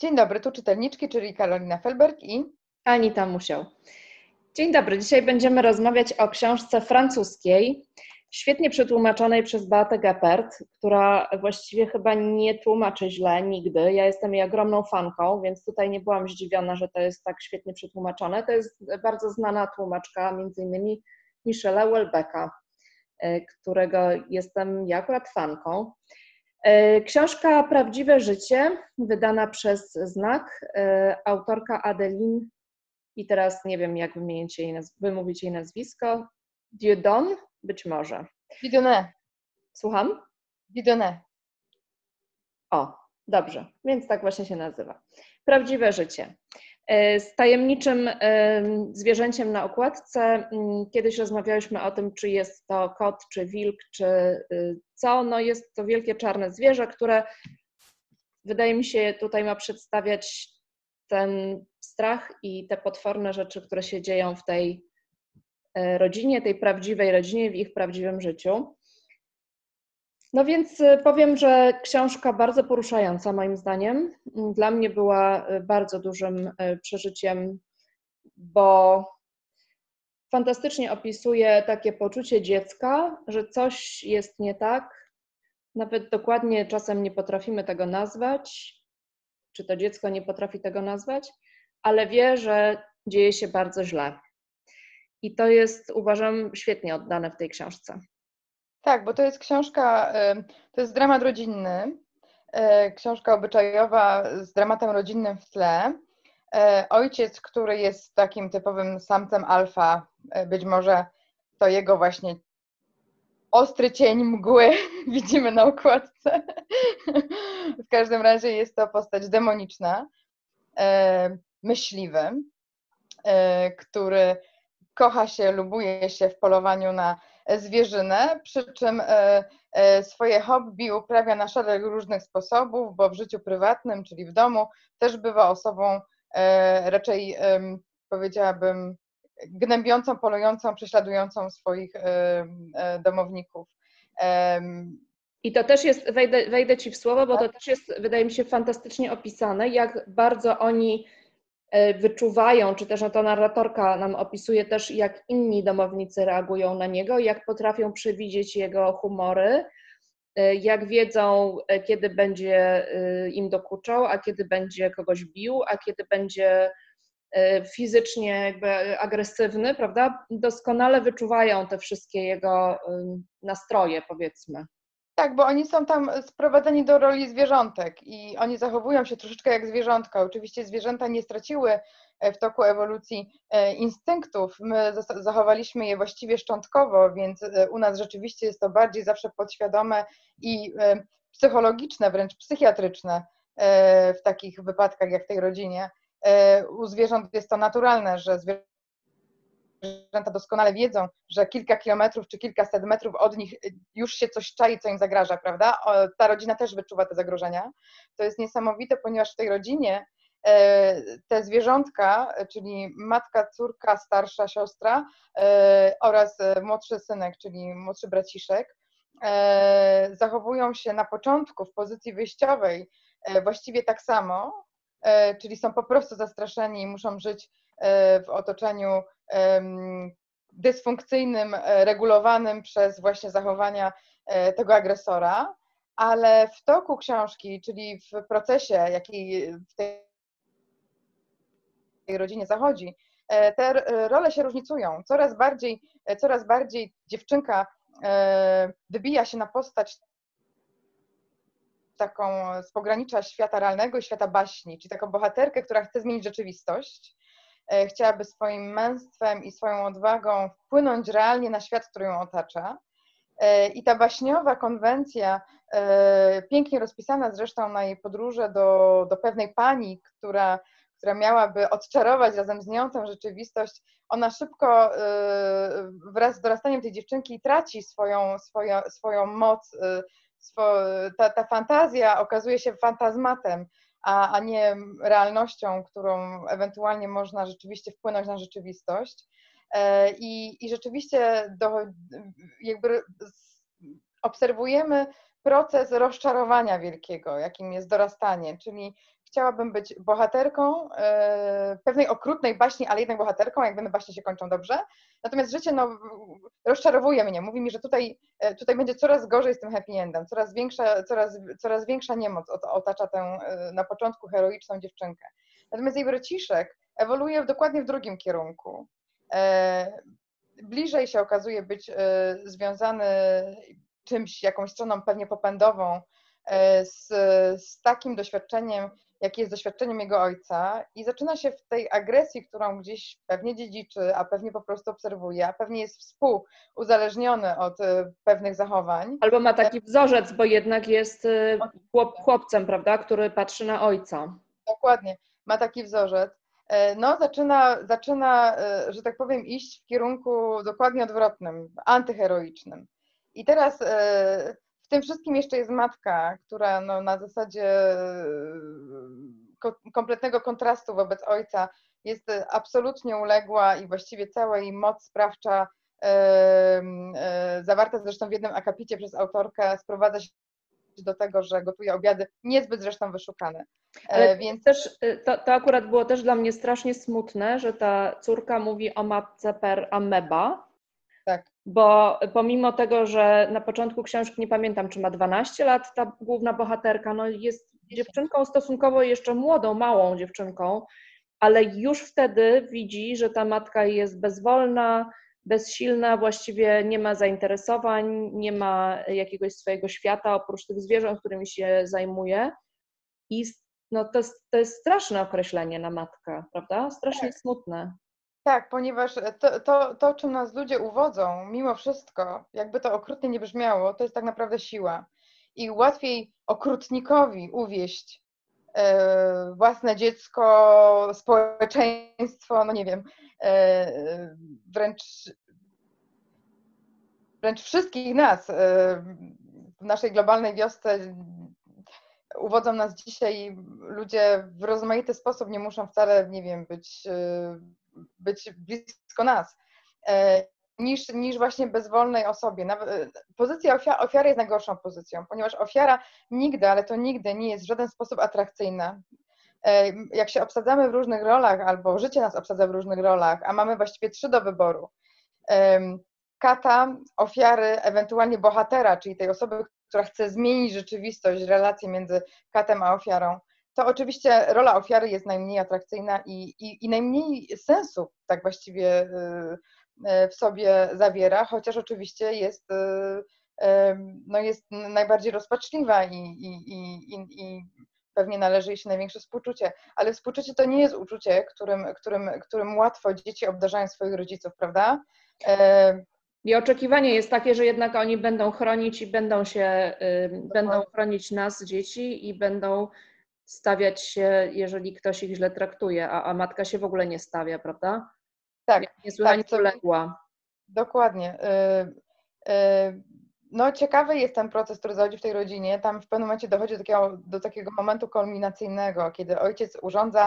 Dzień dobry, tu czytelniczki, czyli Karolina Felberg i Anita Musiał. Dzień dobry, dzisiaj będziemy rozmawiać o książce francuskiej, świetnie przetłumaczonej przez Beatę Geppert, która właściwie chyba nie tłumaczy źle nigdy. Ja jestem jej ogromną fanką, więc tutaj nie byłam zdziwiona, że to jest tak świetnie przetłumaczone. To jest bardzo znana tłumaczka, między innymi Michela Houellebecqa, którego jestem ja akurat fanką. Książka Prawdziwe życie, wydana przez Znak, autorka Adeline, i teraz nie wiem, jak wymówić jej nazwisko, Dieudonné, być może. Dieudonné. Słucham? Dieudonné. O, dobrze, więc tak właśnie się nazywa. Prawdziwe życie. Z tajemniczym zwierzęciem na okładce. Kiedyś rozmawiałyśmy o tym, czy jest to kot, czy wilk, czy co. No jest to wielkie czarne zwierzę, które wydaje mi się tutaj ma przedstawiać ten strach i te potworne rzeczy, które się dzieją w tej rodzinie, tej prawdziwej rodzinie, w ich prawdziwym życiu. No więc powiem, że książka bardzo poruszająca moim zdaniem. Dla mnie była bardzo dużym przeżyciem, bo fantastycznie opisuje takie poczucie dziecka, że coś jest nie tak. Nawet dokładnie czasem nie potrafimy tego nazwać, czy to dziecko nie potrafi tego nazwać, ale wie, że dzieje się bardzo źle. I to jest, uważam, świetnie oddane w tej książce. Tak, bo to jest książka, to jest dramat rodzinny, książka obyczajowa z dramatem rodzinnym w tle. Ojciec, który jest takim typowym samcem alfa, być może to jego właśnie ostry cień mgły widzimy na okładce. W każdym razie jest to postać demoniczna, myśliwy, który kocha się, lubuje się w polowaniu na zwierzynę, przy czym swoje hobby uprawia na szereg różnych sposobów, bo w życiu prywatnym, czyli w domu, też bywa osobą raczej, powiedziałabym, gnębiącą, polującą, prześladującą swoich domowników. I to też jest, wejdę Ci w słowo, bo to też jest, wydaje mi się, fantastycznie opisane, jak bardzo oni wyczuwają, czy też to narratorka nam opisuje też, jak inni domownicy reagują na niego, jak potrafią przewidzieć jego humory, jak wiedzą, kiedy będzie im dokuczał, a kiedy będzie kogoś bił, a kiedy będzie fizycznie jakby agresywny, prawda? Doskonale wyczuwają te wszystkie jego nastroje, powiedzmy. Tak, bo oni są tam sprowadzeni do roli zwierzątek i oni zachowują się troszeczkę jak zwierzątka. Oczywiście zwierzęta nie straciły w toku ewolucji instynktów. My zachowaliśmy je właściwie szczątkowo, więc u nas rzeczywiście jest to bardziej zawsze podświadome i psychologiczne, wręcz psychiatryczne w takich wypadkach jak w tej rodzinie. U zwierząt jest to naturalne, że zwierzęta doskonale wiedzą, że kilka kilometrów czy kilkaset metrów od nich już się coś czai, co im zagraża, prawda? Ta rodzina też wyczuwa te zagrożenia. To jest niesamowite, ponieważ w tej rodzinie te zwierzątka, czyli matka, córka, starsza siostra oraz młodszy synek, czyli młodszy braciszek, zachowują się na początku w pozycji wyjściowej właściwie tak samo, czyli są po prostu zastraszeni i muszą żyć w otoczeniu dysfunkcyjnym, regulowanym przez właśnie zachowania tego agresora, ale w toku książki, czyli w procesie, jaki w tej rodzinie zachodzi, te role się różnicują. Coraz bardziej dziewczynka wybija się na postać taką z pogranicza świata realnego i świata baśni, czyli taką bohaterkę, która chce zmienić rzeczywistość. Chciałaby swoim męstwem i swoją odwagą wpłynąć realnie na świat, który ją otacza. I ta baśniowa konwencja, pięknie rozpisana zresztą na jej podróże do pewnej pani, która miałaby odczarować razem z nią tę rzeczywistość, ona szybko wraz z dorastaniem tej dziewczynki traci swoją moc, ta fantazja okazuje się fantazmatem, a nie realnością, którą ewentualnie można rzeczywiście wpłynąć na rzeczywistość. I rzeczywiście jakby obserwujemy proces rozczarowania wielkiego, jakim jest dorastanie, czyli chciałabym być bohaterką pewnej okrutnej baśni, ale jednak bohaterką, jak wiemy, baśnie się kończą dobrze. Natomiast życie rozczarowuje mnie, mówi mi, że tutaj będzie coraz gorzej z tym happy endem, coraz większa niemoc otacza tę na początku heroiczną dziewczynkę. Natomiast jej braciszek ewoluuje dokładnie w drugim kierunku. Bliżej się okazuje być związany czymś, jakąś stroną pewnie popędową, z takim doświadczeniem, jakie jest doświadczeniem jego ojca, i zaczyna się w tej agresji, którą gdzieś pewnie dziedziczy, a pewnie po prostu obserwuje, a pewnie jest współuzależniony od pewnych zachowań. Albo ma taki wzorzec, bo jednak jest chłopcem, prawda, który patrzy na ojca. Dokładnie, ma taki wzorzec. No, zaczyna, że tak powiem, iść w kierunku dokładnie odwrotnym, antyheroicznym. I teraz w tym wszystkim jeszcze jest matka, która no, na zasadzie kompletnego kontrastu wobec ojca jest absolutnie uległa i właściwie cała jej moc sprawcza, zawarta zresztą w jednym akapicie przez autorkę, sprowadza się do tego, że gotuje obiady niezbyt zresztą wyszukane. Ale więc też, to akurat było też dla mnie strasznie smutne, że ta córka mówi o matce per ameba. Tak. Bo pomimo tego, że na początku książki, nie pamiętam, czy ma 12 lat, ta główna bohaterka, no jest dziewczynką stosunkowo jeszcze młodą, małą dziewczynką, ale już wtedy widzi, że ta matka jest bezwolna, bezsilna, właściwie nie ma zainteresowań, nie ma jakiegoś swojego świata oprócz tych zwierząt, którymi się zajmuje. I no to jest straszne określenie na matkę, prawda? Strasznie tak. smutne. Tak, ponieważ to, czym nas ludzie uwodzą, mimo wszystko, jakby to okrutnie nie brzmiało, to jest tak naprawdę siła. I łatwiej okrutnikowi uwieść własne dziecko, społeczeństwo, no nie wiem, wręcz wszystkich nas w naszej globalnej wiosce. Uwodzą nas dzisiaj ludzie w rozmaity sposób, nie muszą wcale, nie wiem, być blisko nas, niż właśnie bezwolnej osobie. Pozycja ofiary jest najgorszą pozycją, ponieważ ofiara nigdy, ale to nigdy nie jest w żaden sposób atrakcyjna. Jak się obsadzamy w różnych rolach, albo życie nas obsadza w różnych rolach, a mamy właściwie 3 do wyboru. Kata, ofiary, ewentualnie bohatera, czyli tej osoby, która chce zmienić rzeczywistość, relacje między katem a ofiarą, to oczywiście rola ofiary jest najmniej atrakcyjna i najmniej sensu tak właściwie w sobie zawiera, chociaż oczywiście jest najbardziej rozpaczliwa i pewnie należy jej się największe współczucie. Ale współczucie to nie jest uczucie, którym łatwo dzieci obdarzają swoich rodziców, prawda? I oczekiwanie jest takie, że jednak oni będą chronić i będą chronić nas, dzieci, i będą stawiać się, jeżeli ktoś ich źle traktuje, a matka się w ogóle nie stawia, prawda? Tak. Niesłychanie uległa. Dokładnie. No ciekawy jest ten proces, który zachodzi w tej rodzinie. Tam w pewnym momencie dochodzi do takiego momentu kulminacyjnego, kiedy ojciec urządza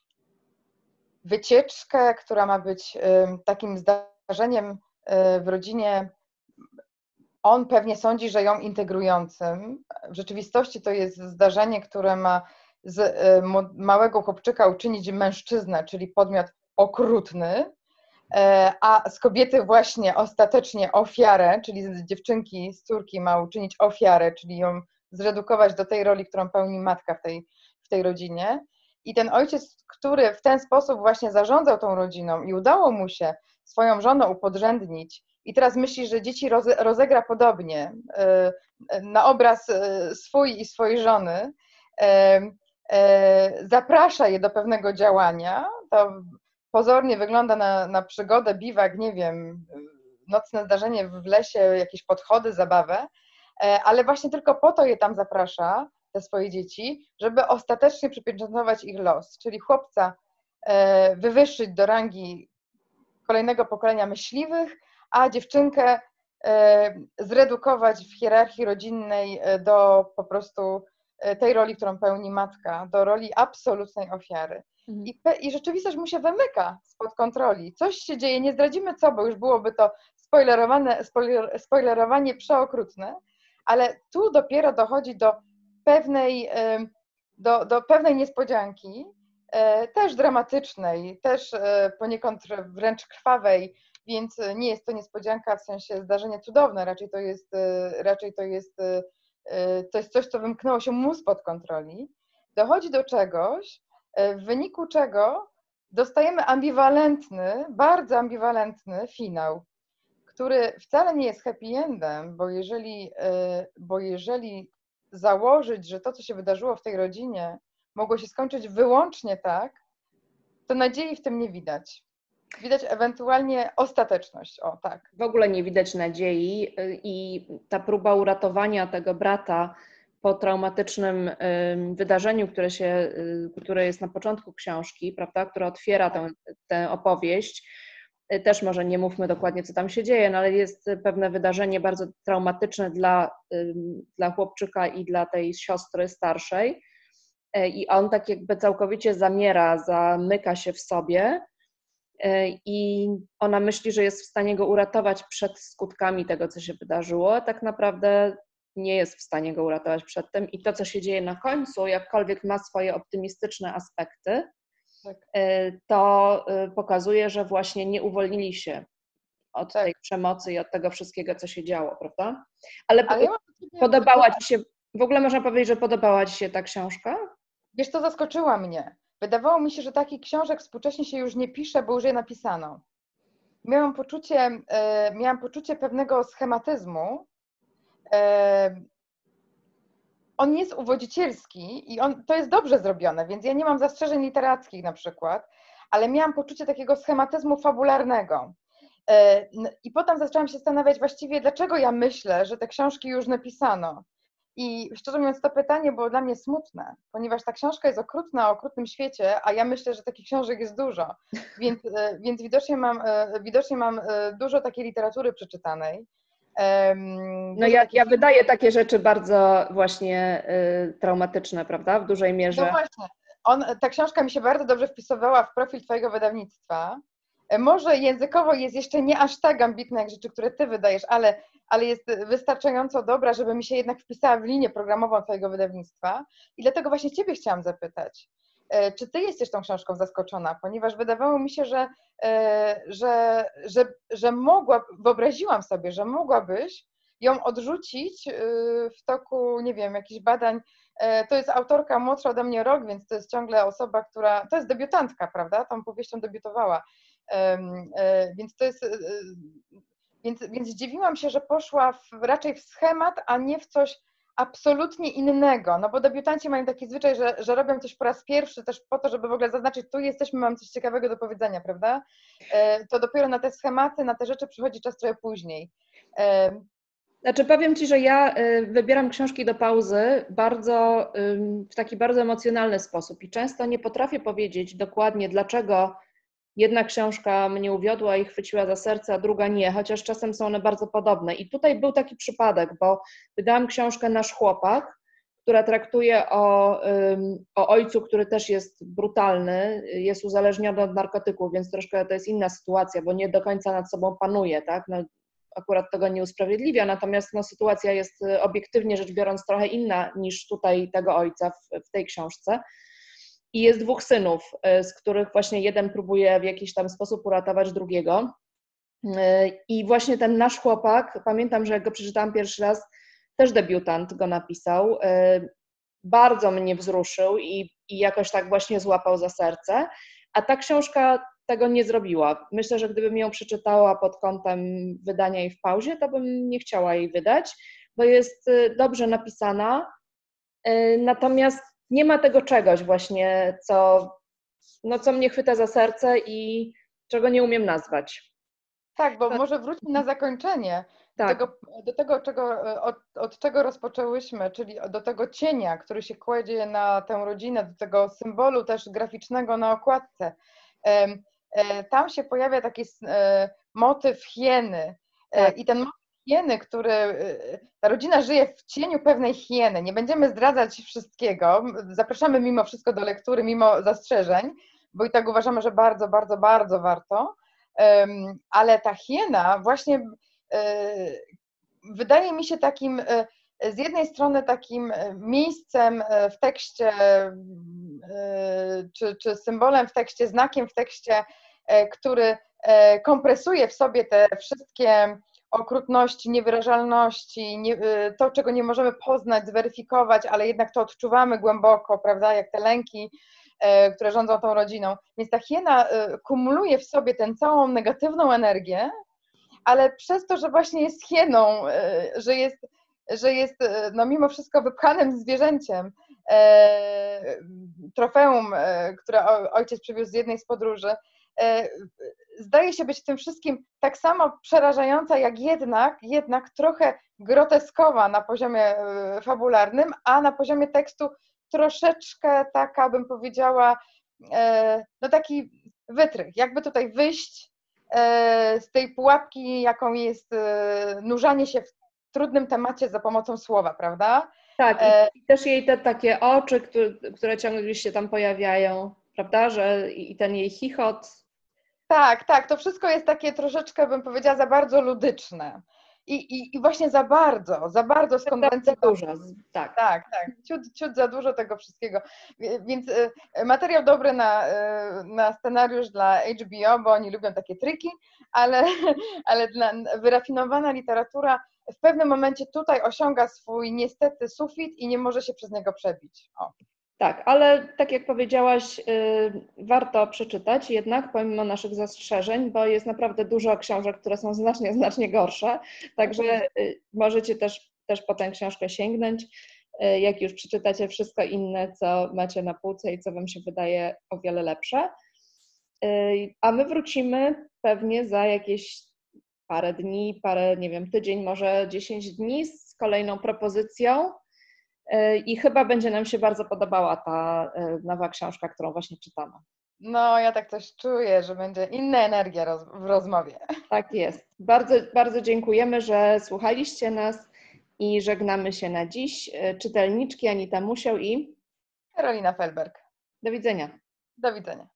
wycieczkę, która ma być takim zdarzeniem w rodzinie. On pewnie sądzi, że ją integrującym. W rzeczywistości to jest zdarzenie, które ma z małego chłopczyka uczynić mężczyznę, czyli podmiot okrutny, a z kobiety właśnie ostatecznie ofiarę, czyli z dziewczynki, z córki ma uczynić ofiarę, czyli ją zredukować do tej roli, którą pełni matka w tej rodzinie. I ten ojciec, który w ten sposób właśnie zarządzał tą rodziną i udało mu się swoją żonę upodrzędnić, i teraz myśli, że dzieci rozegra podobnie na obraz swój i swojej żony, zaprasza je do pewnego działania. To pozornie wygląda na przygodę, biwak, nie wiem, nocne zdarzenie w lesie, jakieś podchody, zabawę, ale właśnie tylko po to je tam zaprasza, te swoje dzieci, żeby ostatecznie przypieczętować ich los, czyli chłopca wywyższyć do rangi kolejnego pokolenia myśliwych, a dziewczynkę zredukować w hierarchii rodzinnej do po prostu tej roli, którą pełni matka, do roli absolutnej ofiary. I rzeczywistość mu się wymyka spod kontroli. Coś się dzieje, nie zdradzimy co, bo już byłoby to spoilerowanie przeokrutne, ale tu dopiero dochodzi do pewnej niespodzianki, też dramatycznej, też poniekąd wręcz krwawej, więc nie jest to niespodzianka w sensie zdarzenie cudowne, to jest coś, co wymknęło się mu spod kontroli. Dochodzi do czegoś, w wyniku czego dostajemy bardzo ambiwalentny finał, który wcale nie jest happy endem, bo jeżeli założyć, że to, co się wydarzyło w tej rodzinie, mogło się skończyć wyłącznie tak, to nadziei w tym nie widać. Widać ewentualnie ostateczność, o tak. W ogóle nie widać nadziei i ta próba uratowania tego brata po traumatycznym wydarzeniu, które jest na początku książki, prawda, które otwiera tę opowieść. Też może nie mówmy dokładnie, co tam się dzieje, no ale jest pewne wydarzenie bardzo traumatyczne dla chłopczyka i dla tej siostry starszej. I on tak jakby całkowicie zamyka się w sobie i ona myśli, że jest w stanie go uratować przed skutkami tego, co się wydarzyło. Tak naprawdę nie jest w stanie go uratować przed tym i to, co się dzieje na końcu, jakkolwiek ma swoje optymistyczne aspekty, tak, to pokazuje, że właśnie nie uwolnili się od tej przemocy i od tego wszystkiego, co się działo, prawda? Ale podobała Ci się, w ogóle można powiedzieć, że podobała Ci się ta książka? Wiesz, to zaskoczyła mnie. Wydawało mi się, że takich książek współcześnie się już nie pisze, bo już je napisano. Miałam poczucie pewnego schematyzmu. On jest uwodzicielski i to jest dobrze zrobione, więc ja nie mam zastrzeżeń literackich na przykład, ale miałam poczucie takiego schematyzmu fabularnego. I potem zaczęłam się zastanawiać właściwie, dlaczego ja myślę, że te książki już napisano. I szczerze mówiąc, to pytanie było dla mnie smutne, ponieważ ta książka jest okrutna, o okrutnym świecie, a ja myślę, że takich książek jest dużo. Więc widocznie mam dużo takiej literatury przeczytanej. No ja wydaję takie rzeczy bardzo właśnie traumatyczne, prawda? W dużej mierze. No właśnie. Ta książka mi się bardzo dobrze wpisywała w profil Twojego wydawnictwa. Może językowo jest jeszcze nie aż tak ambitna jak rzeczy, które Ty wydajesz, ale jest wystarczająco dobra, żeby mi się jednak wpisała w linię programową Twojego wydawnictwa. I dlatego właśnie Ciebie chciałam zapytać, czy Ty jesteś tą książką zaskoczona? Ponieważ wydawało mi się, że wyobraziłam sobie, że mogłabyś ją odrzucić w toku, nie wiem, jakichś badań. To jest autorka młodsza ode mnie rok, więc to jest ciągle osoba, to jest debiutantka, prawda? Tą powieścią debiutowała. Więc zdziwiłam się, że poszła raczej w schemat, a nie w coś absolutnie innego, no bo debiutanci mają taki zwyczaj, że robią coś po raz pierwszy też po to, żeby w ogóle zaznaczyć, tu jesteśmy, mam coś ciekawego do powiedzenia, prawda? To dopiero na te schematy, na te rzeczy przychodzi czas trochę później. Znaczy powiem Ci, że ja wybieram książki do pauzy w taki bardzo emocjonalny sposób i często nie potrafię powiedzieć dokładnie, dlaczego jedna książka mnie uwiodła i chwyciła za serce, a druga nie, chociaż czasem są one bardzo podobne. I tutaj był taki przypadek, bo wydałam książkę Nasz chłopak, która traktuje o ojcu, który też jest brutalny, jest uzależniony od narkotyków, więc troszkę to jest inna sytuacja, bo nie do końca nad sobą panuje, tak? No, akurat tego nie usprawiedliwia, natomiast no, sytuacja jest obiektywnie rzecz biorąc trochę inna niż tutaj tego ojca w tej książce. I jest dwóch synów, z których właśnie jeden próbuje w jakiś tam sposób uratować drugiego. I właśnie ten Nasz chłopak, pamiętam, że jak go przeczytałam pierwszy raz, też debiutant go napisał, bardzo mnie wzruszył i jakoś tak właśnie złapał za serce, a ta książka tego nie zrobiła. Myślę, że gdybym ją przeczytała pod kątem wydania jej w pauzie, to bym nie chciała jej wydać, bo jest dobrze napisana, natomiast nie ma tego czegoś właśnie, co mnie chwyta za serce i czego nie umiem nazwać. Tak, bo może wróćmy na zakończenie. Tak. Do tego, od czego rozpoczęłyśmy, czyli do tego cienia, który się kładzie na tę rodzinę, do tego symbolu też graficznego na okładce. Tam się pojawia taki motyw hieny. Tak. I ten motyw hieny, ta rodzina żyje w cieniu pewnej hieny. Nie będziemy zdradzać wszystkiego. Zapraszamy mimo wszystko do lektury, mimo zastrzeżeń, bo i tak uważamy, że bardzo, bardzo, bardzo warto. Ale ta hiena właśnie wydaje mi się takim z jednej strony takim miejscem w tekście, czy symbolem w tekście, znakiem w tekście, który kompresuje w sobie te wszystkie okrutności, niewyrażalności, to, czego nie możemy poznać, zweryfikować, ale jednak to odczuwamy głęboko, prawda, jak te lęki, które rządzą tą rodziną. Więc ta hiena kumuluje w sobie tę całą negatywną energię, ale przez to, że właśnie jest hieną, że jest no mimo wszystko wypchanym zwierzęciem, trofeum, które ojciec przywiózł z jednej z podróży, zdaje się być w tym wszystkim tak samo przerażająca, jak jednak trochę groteskowa na poziomie fabularnym, a na poziomie tekstu troszeczkę taka, bym powiedziała, no taki wytrych, jakby tutaj wyjść z tej pułapki, jaką jest nurzanie się w trudnym temacie za pomocą słowa, prawda? Tak, i też jej te takie oczy, które ciągle gdzieś się tam pojawiają, prawda, że i ten jej chichot. Tak, to wszystko jest takie troszeczkę, bym powiedziała, za bardzo ludyczne. I właśnie za bardzo z konwencji. Za dużo, tak. Tak, ciut za dużo tego wszystkiego. Więc materiał dobry na scenariusz dla HBO, bo oni lubią takie triki, ale wyrafinowana literatura w pewnym momencie tutaj osiąga swój niestety sufit i nie może się przez niego przebić. O. Tak, ale tak jak powiedziałaś, warto przeczytać jednak pomimo naszych zastrzeżeń, bo jest naprawdę dużo książek, które są znacznie gorsze, także możecie też po tę książkę sięgnąć, jak już przeczytacie wszystko inne, co macie na półce i co Wam się wydaje o wiele lepsze. A my wrócimy pewnie za jakieś parę dni, nie wiem, tydzień, może 10 dni z kolejną propozycją. I chyba będzie nam się bardzo podobała ta nowa książka, którą właśnie czytamy. No, ja tak coś czuję, że będzie inna energia w rozmowie. Tak jest. Bardzo, bardzo dziękujemy, że słuchaliście nas i żegnamy się na dziś. Czytelniczki Anita Musiał i Karolina Felberg. do widzenia. Do widzenia.